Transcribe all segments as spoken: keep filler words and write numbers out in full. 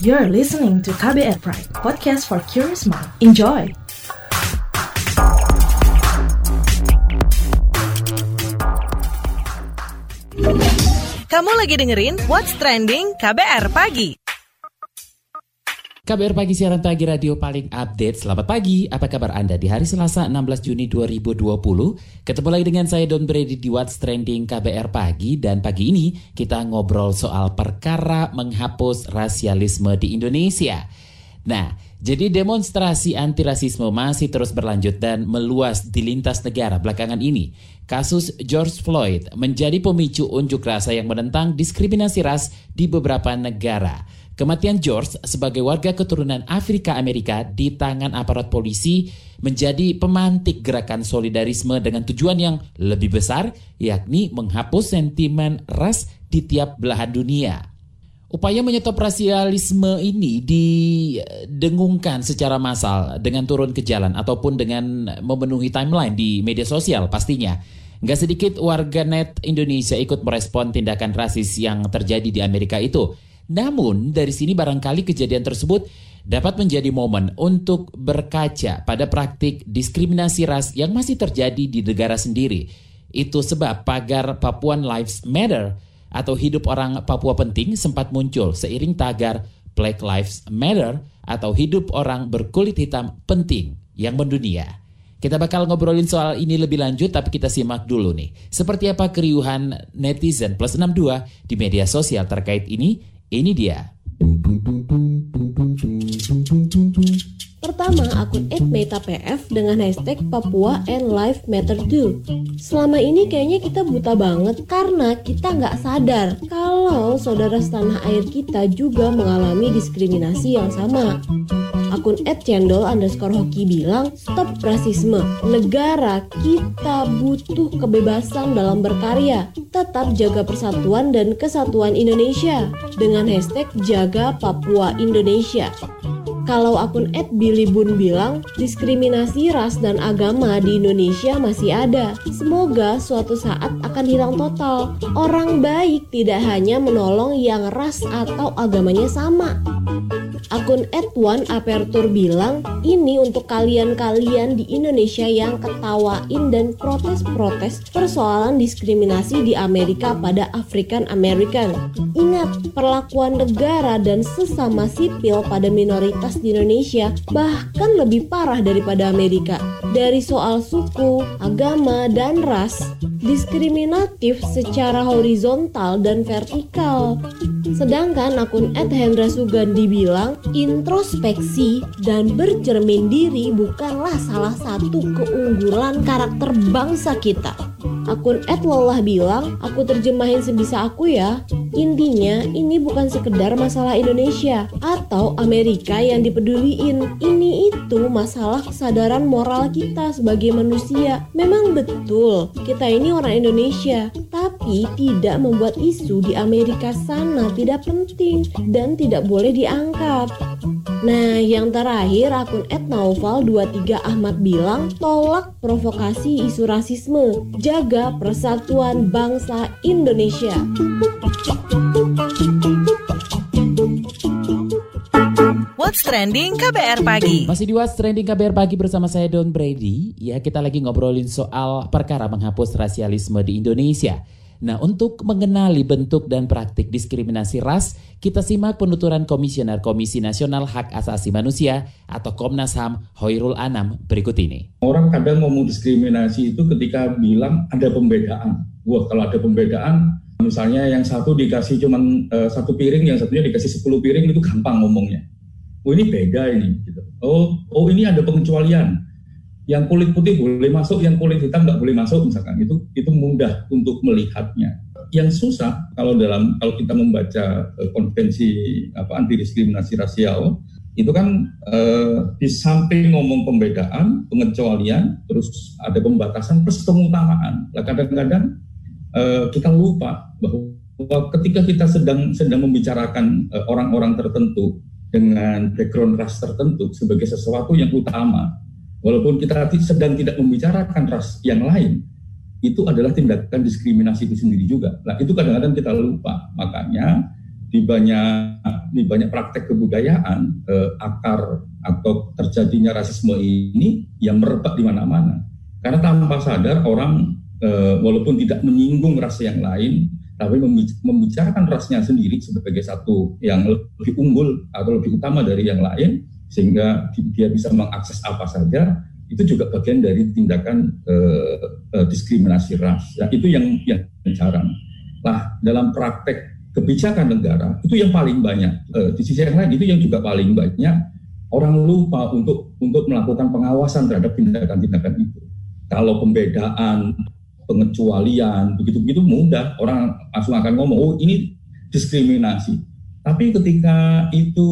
You're listening to K B R Pride, podcast for curious mind. Enjoy! Kamu lagi dengerin What's Trending K B R Pagi. K B R Pagi, siaran pagi radio paling update. Selamat pagi, apa kabar Anda di hari Selasa enam belas Juni dua ribu dua puluh? Ketemu lagi dengan saya Don Brady di What's Trending K B R Pagi. Dan pagi ini kita ngobrol soal perkara menghapus rasialisme di Indonesia. Nah, jadi demonstrasi anti-rasisme masih terus berlanjut dan meluas di lintas negara belakangan ini. Kasus George Floyd menjadi pemicu unjuk rasa yang menentang diskriminasi ras di beberapa negara. Kematian George sebagai warga keturunan Afrika Amerika di tangan aparat polisi menjadi pemantik gerakan solidarisme dengan tujuan yang lebih besar, yakni menghapus sentimen ras di tiap belahan dunia. Upaya menyetop rasialisme ini didengungkan secara massal dengan turun ke jalan ataupun dengan memenuhi timeline di media sosial pastinya. Nggak sedikit warganet Indonesia ikut merespon tindakan rasis yang terjadi di Amerika itu. Namun dari sini barangkali kejadian tersebut dapat menjadi momen untuk berkaca pada praktik diskriminasi ras yang masih terjadi di negara sendiri. Itu sebab pagar Papuan Lives Matter atau hidup orang Papua penting sempat muncul seiring tagar Black Lives Matter atau hidup orang berkulit hitam penting yang mendunia. Kita bakal ngobrolin soal ini lebih lanjut, tapi kita simak dulu nih. Seperti apa keriuhan netizen plus enam dua di media sosial terkait ini? Ini dia. Pertama, akun et meta p f dengan hashtag Papua and Life Matter Too. Selama ini kayaknya kita buta banget karena kita nggak sadar kalau saudara setanah air kita juga mengalami diskriminasi yang sama. Akun et cendol underscore hoki bilang, stop rasisme. Negara kita butuh kebebasan dalam berkarya. Tetap jaga persatuan dan kesatuan Indonesia. Dengan hashtag jaga Papua Indonesia. Kalau akun et billy bun bilang, diskriminasi ras dan agama di Indonesia masih ada. Semoga suatu saat akan hilang total. Orang baik tidak hanya menolong yang ras atau agamanya sama. Akun et one aperture bilang, ini untuk kalian-kalian di Indonesia yang ketawain dan protes-protes persoalan diskriminasi di Amerika pada African American. Ingat, perlakuan negara dan sesama sipil pada minoritas di Indonesia bahkan lebih parah daripada Amerika. Dari soal suku, agama, dan ras, diskriminatif secara horizontal dan vertikal. Sedangkan akun et hendra sugandi bilang, introspeksi dan bercermin diri bukanlah salah satu keunggulan karakter bangsa kita. Akun et lolah bilang, aku terjemahin sebisa aku ya. Intinya ini bukan sekedar masalah Indonesia atau Amerika yang dipeduliin. Ini itu masalah kesadaran moral kita sebagai manusia. Memang betul kita ini orang Indonesia, tapi tidak membuat isu di Amerika sana tidak penting dan tidak boleh diangkat. Nah, yang terakhir akun et naufal dua puluh tiga Ahmad bilang, tolak provokasi isu rasisme, jaga persatuan bangsa Indonesia. What's Trending K B R Pagi. Masih di What's Trending K B R Pagi bersama saya Don Brady. Ya, kita lagi ngobrolin soal perkara menghapus rasialisme di Indonesia. Nah, untuk mengenali bentuk dan praktik diskriminasi ras, kita simak penuturan Komisioner Komisi Nasional Hak Asasi Manusia atau Komnas H A M Hoirul Anam berikut ini. Orang kadang ngomong diskriminasi itu ketika bilang ada pembedaan. Wah, kalau ada pembedaan, misalnya yang satu dikasih cuma uh, satu piring, yang satunya dikasih sepuluh piring, itu gampang ngomongnya. Oh, ini beda ini. Gitu. Oh, oh ini ada pengecualian. Yang kulit putih boleh masuk, yang kulit hitam nggak boleh masuk misalkan, itu itu mudah untuk melihatnya. Yang susah kalau dalam kalau kita membaca uh, konvensi apa anti diskriminasi rasial itu kan uh, di samping ngomong pembedaan, pengecualian, terus ada pembatasan plus pengutamaan. Nah, kadang-kadang uh, kita lupa bahwa ketika kita sedang sedang membicarakan uh, orang-orang tertentu dengan background ras tertentu sebagai sesuatu yang utama. Walaupun kita sedang tidak membicarakan ras yang lain, itu adalah tindakan diskriminasi itu sendiri juga. Nah, itu kadang-kadang kita lupa. Makanya di banyak di banyak praktek kebudayaan eh, akar atau terjadinya rasisme ini yang merebak di mana-mana. Karena tanpa sadar orang eh, walaupun tidak menyinggung ras yang lain, tapi membicarakan rasnya sendiri sebagai satu yang lebih unggul atau lebih utama dari yang lain, sehingga dia bisa mengakses apa saja, itu juga bagian dari tindakan eh, eh, diskriminasi ras. Ya, itu yang yang jarang. Nah, dalam praktek kebijakan negara itu yang paling banyak. E, di sisi yang lain itu yang juga paling banyak orang lupa untuk untuk melakukan pengawasan terhadap tindakan-tindakan itu. Kalau pembedaan, pengecualian, begitu-begitu mudah, orang langsung akan ngomong, oh ini diskriminasi. Tapi ketika itu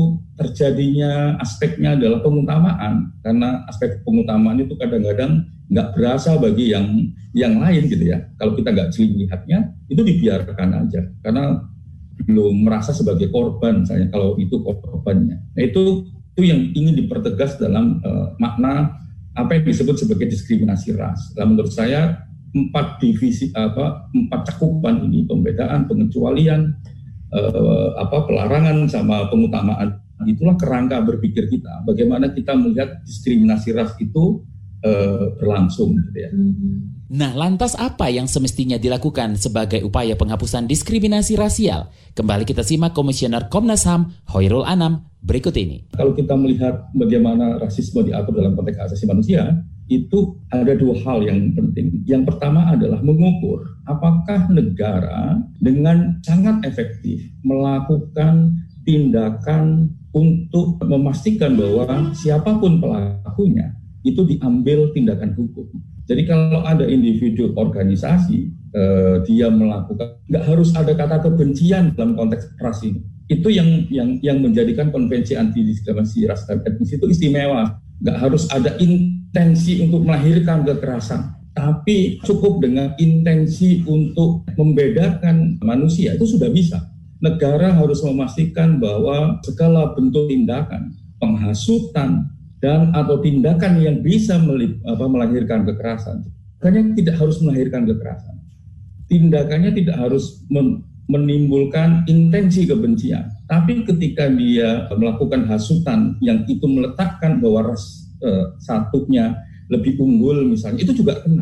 terjadinya aspeknya adalah pengutamaan, karena aspek pengutamaan itu kadang-kadang nggak berasa bagi yang yang lain gitu ya. Kalau kita nggak jeli melihatnya, itu dibiarkan aja karena belum merasa sebagai korban, misalnya kalau itu korbannya. Nah itu itu yang ingin dipertegas dalam uh, makna apa yang disebut sebagai diskriminasi ras. Dan menurut saya empat divisi apa empat cakupan ini, pembedaan, pengecualian, uh, apa pelarangan sama pengutamaan, itulah kerangka berpikir kita. Bagaimana kita melihat diskriminasi ras itu Uh, berlangsung gitu ya. Nah, lantas apa yang semestinya dilakukan sebagai upaya penghapusan diskriminasi rasial? Kembali kita simak Komisioner Komnas H A M Hoirul Anam berikut ini. Kalau kita melihat bagaimana rasisme diatur dalam konteks hak asasi manusia, itu ada dua hal yang penting. Yang pertama adalah mengukur apakah negara dengan sangat efektif melakukan tindakan untuk memastikan bahwa siapapun pelakunya itu diambil tindakan hukum. Jadi kalau ada individu organisasi eh, dia melakukan, nggak harus ada kata kebencian dalam konteks ras ini. Itu yang yang yang menjadikan konvensi anti diskriminasi ras dan etnis itu istimewa. Nggak harus ada intensi untuk melahirkan kekerasan, tapi cukup dengan intensi untuk membedakan manusia itu sudah bisa. Negara harus memastikan bahwa segala bentuk tindakan penghasutan dan atau tindakan yang bisa melip, apa, melahirkan kekerasan, makanya tidak harus melahirkan kekerasan. Tindakannya tidak harus men, menimbulkan intensi kebencian, tapi ketika dia melakukan hasutan yang itu meletakkan bahwa ras eh, satunya lebih unggul misalnya, itu juga kena.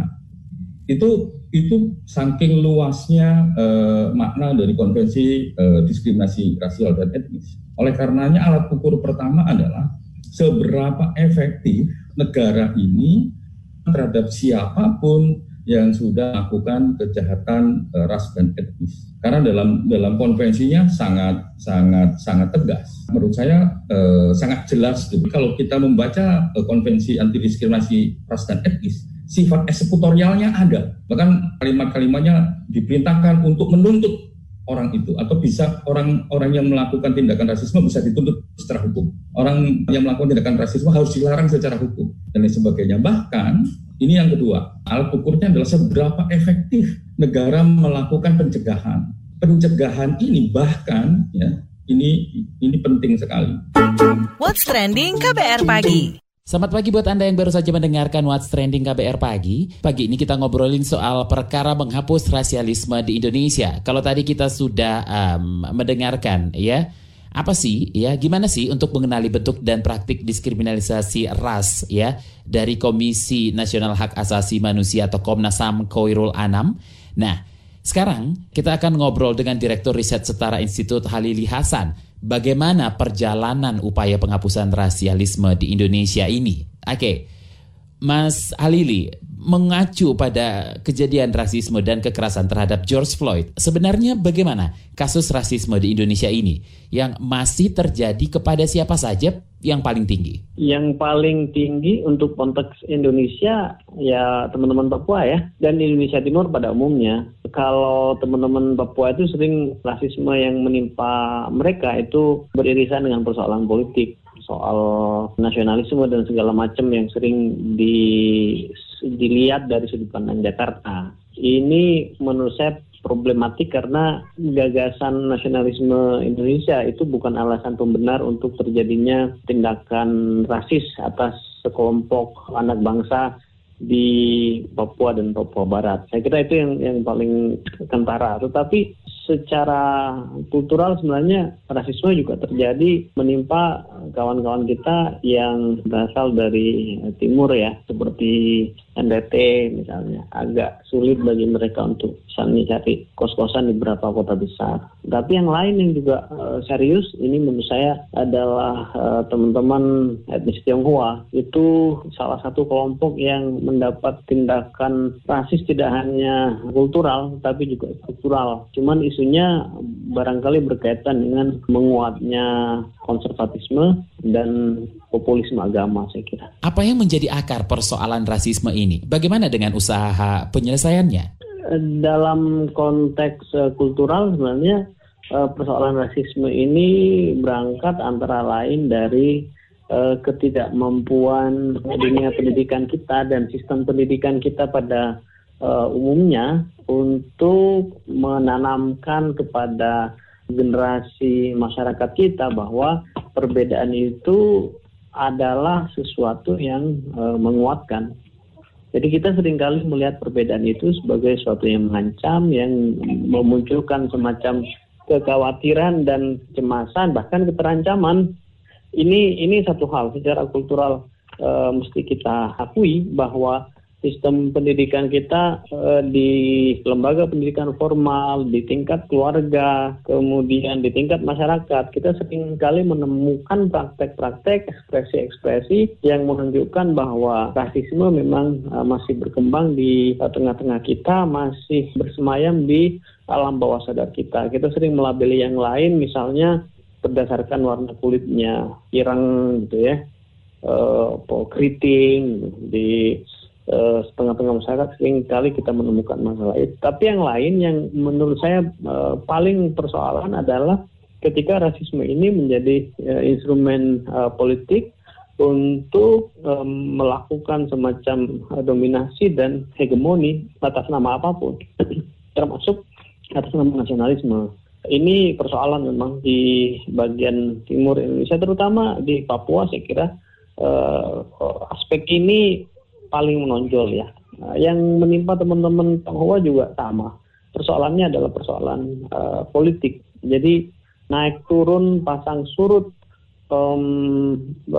Itu itu saking luasnya eh, makna dari konvensi eh, diskriminasi rasial dan etnis. Oleh karenanya alat ukur pertama adalah seberapa efektif negara ini terhadap siapapun yang sudah melakukan kejahatan uh, ras dan etnis. Karena dalam dalam konvensinya sangat sangat sangat tegas. Menurut saya uh, sangat jelas. Gitu. Kalau kita membaca uh, konvensi anti diskriminasi ras dan etnis, sifat eksekutorialnya ada. Bahkan kalimat-kalimatnya diperintahkan untuk menuntut orang itu, atau bisa orang-orang yang melakukan tindakan rasisme bisa dituntut secara hukum. Orang yang melakukan tindakan rasisme harus dilarang secara hukum dan lain sebagainya. Bahkan ini yang kedua, alat ukurnya adalah seberapa efektif negara melakukan pencegahan. Pencegahan ini bahkan ya ini ini penting sekali. What's Trending K B R Pagi. Selamat pagi buat Anda yang baru saja mendengarkan What's Trending K B R Pagi. Pagi ini kita ngobrolin soal perkara menghapus rasialisme di Indonesia. Kalau tadi kita sudah um, mendengarkan ya, apa sih ya, gimana sih untuk mengenali bentuk dan praktik diskriminasi ras ya dari Komisi Nasional Hak Asasi Manusia atau Komnas H A M Hoirul Anam. Nah, sekarang kita akan ngobrol dengan Direktur Riset Setara Institut Halili Hasan. Bagaimana perjalanan upaya penghapusan rasialisme di Indonesia ini? Oke, Mas Halili, mengacu pada kejadian rasisme dan kekerasan terhadap George Floyd, sebenarnya bagaimana kasus rasisme di Indonesia ini yang masih terjadi kepada siapa saja yang paling tinggi? Yang paling tinggi untuk konteks Indonesia ya teman-teman Papua ya, dan Indonesia Timur pada umumnya. Kalau teman-teman Papua itu sering rasisme yang menimpa mereka itu beririsan dengan persoalan politik, soal nasionalisme dan segala macam yang sering di, dilihat dari sudut pandang Jakarta. Ini menurut saya problematik karena gagasan nasionalisme Indonesia itu bukan alasan pembenar untuk terjadinya tindakan rasis atas sekelompok anak bangsa di Papua dan Papua Barat. Saya kira itu yang yang paling kentara. Tetapi secara kultural sebenarnya rasisme juga terjadi menimpa kawan-kawan kita yang berasal dari timur ya, seperti N T T misalnya. Agak sulit bagi mereka untuk misalnya cari kos-kosan di beberapa kota besar. Tapi yang lain yang juga uh, serius ini menurut saya adalah uh, teman-teman etnis Tionghoa. Itu salah satu kelompok yang mendapat tindakan rasis tidak hanya kultural tapi juga struktural. Cuman isunya barangkali berkaitan dengan menguatnya konservatisme dan populisme agama, saya kira. Apa yang menjadi akar persoalan rasisme ini? Bagaimana dengan usaha penyelesaiannya? Dalam konteks uh, kultural sebenarnya uh, persoalan rasisme ini berangkat antara lain dari uh, ketidakmampuan dunia pendidikan kita dan sistem pendidikan kita pada uh, umumnya untuk menanamkan kepada generasi masyarakat kita bahwa perbedaan itu adalah sesuatu yang uh, menguatkan. Jadi kita seringkali melihat perbedaan itu sebagai sesuatu yang mengancam, yang memunculkan semacam kekhawatiran dan kecemasan, bahkan keterancaman. Ini ini satu hal secara kultural uh, mesti kita akui bahwa sistem pendidikan kita eh, di lembaga pendidikan formal, di tingkat keluarga, kemudian di tingkat masyarakat, kita sering kali menemukan praktek-praktek, ekspresi-ekspresi yang menunjukkan bahwa rasisme memang eh, masih berkembang di eh, tengah-tengah kita, masih bersemayam di alam bawah sadar kita. Kita sering melabeli yang lain, misalnya berdasarkan warna kulitnya, ireng gitu ya, eh, keriting di Uh, setengah-tengah masyarakat sering kali kita menemukan masalah itu. Tapi yang lain yang menurut saya uh, paling persoalan adalah ketika rasisme ini menjadi uh, instrumen uh, politik untuk um, melakukan semacam uh, dominasi dan hegemoni atas nama apapun, termasuk atas nama nasionalisme. Ini persoalan memang di bagian timur Indonesia, terutama di Papua. Saya kira uh, aspek ini paling menonjol ya. Nah, yang menimpa teman-teman Tionghoa juga sama. Persoalannya adalah persoalan uh, politik. Jadi naik turun pasang surut um,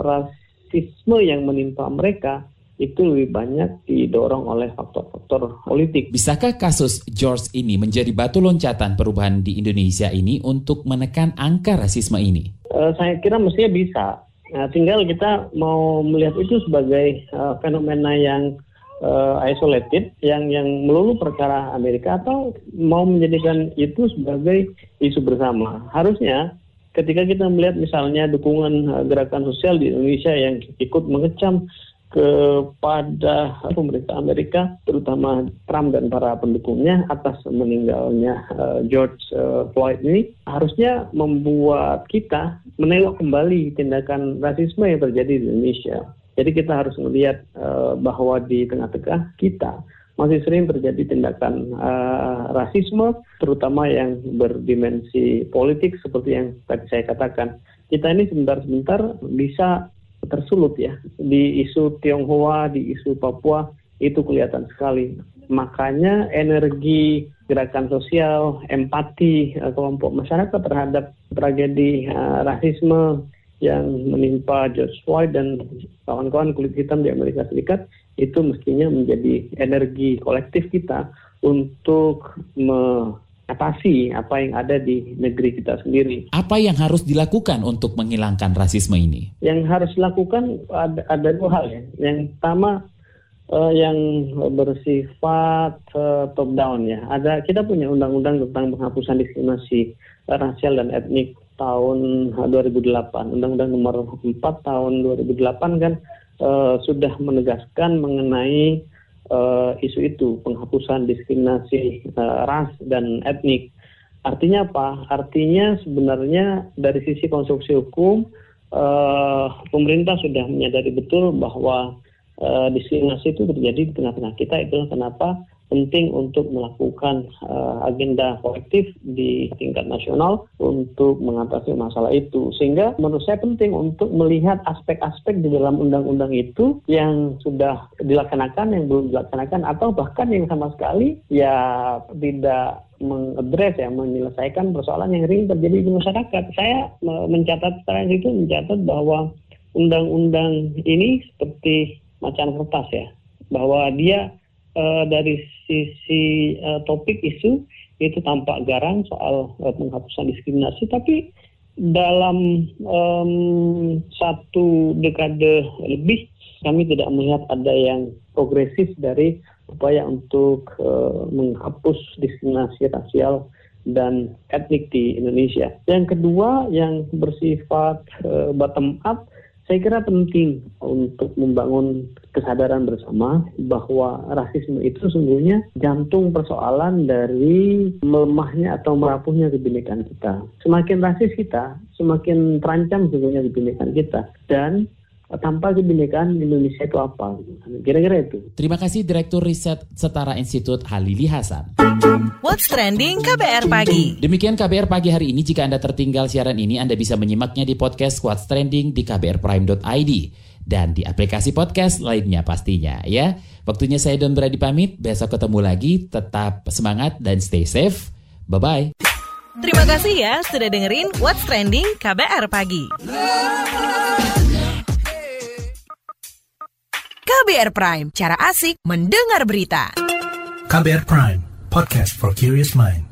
rasisme yang menimpa mereka itu lebih banyak didorong oleh faktor-faktor politik. Bisakah kasus George ini menjadi batu loncatan perubahan di Indonesia ini untuk menekan angka rasisme ini? Uh, saya kira mestinya bisa. Nah, tinggal kita mau melihat itu sebagai uh, fenomena yang uh, isolated, yang yang melulu perkara Amerika, atau mau menjadikan itu sebagai isu bersama. Harusnya ketika kita melihat misalnya dukungan uh, gerakan sosial di Indonesia yang ikut mengecam kepada pemerintah Amerika, terutama Trump dan para pendukungnya atas meninggalnya uh, George uh, Floyd ini, harusnya membuat kita menengok kembali tindakan rasisme yang terjadi di Indonesia. Jadi kita harus melihat uh, bahwa di tengah-tengah kita masih sering terjadi tindakan uh, rasisme, terutama yang berdimensi politik seperti yang tadi saya katakan. Kita ini sebentar-sebentar bisa tersulut ya di isu Tionghoa, di isu Papua, itu kelihatan sekali. Makanya energi gerakan sosial, empati uh, kelompok masyarakat terhadap tragedi uh, rasisme yang menimpa George Floyd dan kawan-kawan kulit hitam di Amerika Serikat itu mestinya menjadi energi kolektif kita untuk me atasi apa yang ada di negeri kita sendiri. Apa yang harus dilakukan untuk menghilangkan rasisme ini? Yang harus dilakukan ada, ada dua hal ya. Yang pertama uh, yang bersifat uh, top down ya. Ada kita punya undang-undang tentang penghapusan diskriminasi rasial dan etnik tahun dua ribu delapan. Undang-undang nomor empat tahun dua ribu delapan kan uh, sudah menegaskan mengenai Uh, isu itu, penghapusan diskriminasi uh, ras dan etnik. Artinya apa? Artinya sebenarnya dari sisi konstruksi hukum uh, pemerintah sudah menyadari betul bahwa uh, diskriminasi itu terjadi di tengah-tengah kita. Itulah kenapa penting untuk melakukan uh, agenda kolektif di tingkat nasional untuk mengatasi masalah itu. Sehingga menurut saya penting untuk melihat aspek-aspek di dalam undang-undang itu yang sudah dilaksanakan, yang belum dilaksanakan, atau bahkan yang sama sekali ya tidak mengadres ya, menyelesaikan persoalan yang sering terjadi di masyarakat. Saya mencatat setelah itu mencatat bahwa undang-undang ini seperti macan kertas ya, bahwa dia uh, dari sisi uh, topik isu itu tampak garang soal uh, penghapusan diskriminasi, tapi dalam um, satu dekade lebih kami tidak melihat ada yang progresif dari upaya untuk uh, menghapus diskriminasi rasial dan etnik di Indonesia. Yang kedua yang bersifat uh, bottom up, saya kira penting untuk membangun kesadaran bersama bahwa rasisme itu sesungguhnya jantung persoalan dari melemahnya atau merapuhnya kebinekaan kita. Semakin rasis kita, semakin terancam sesungguhnya kebinekaan kita. Dan tanpa kebinekaan Indonesia itu apa? Kira-kira itu. Terima kasih Direktur Riset Setara Institut Halili Hasan. What's Trending K B R Pagi. Demikian K B R Pagi hari ini. Jika Anda tertinggal siaran ini, Anda bisa menyimaknya di podcast What's Trending di k b r prime dot i d dan di aplikasi podcast lainnya pastinya ya. Waktunya saya Don Brady pamit. Besok ketemu lagi. Tetap semangat dan stay safe. Bye-bye. Terima kasih ya sudah dengerin What's Trending K B R Pagi. K B R Prime, cara asik mendengar berita. K B R Prime, podcast for curious mind.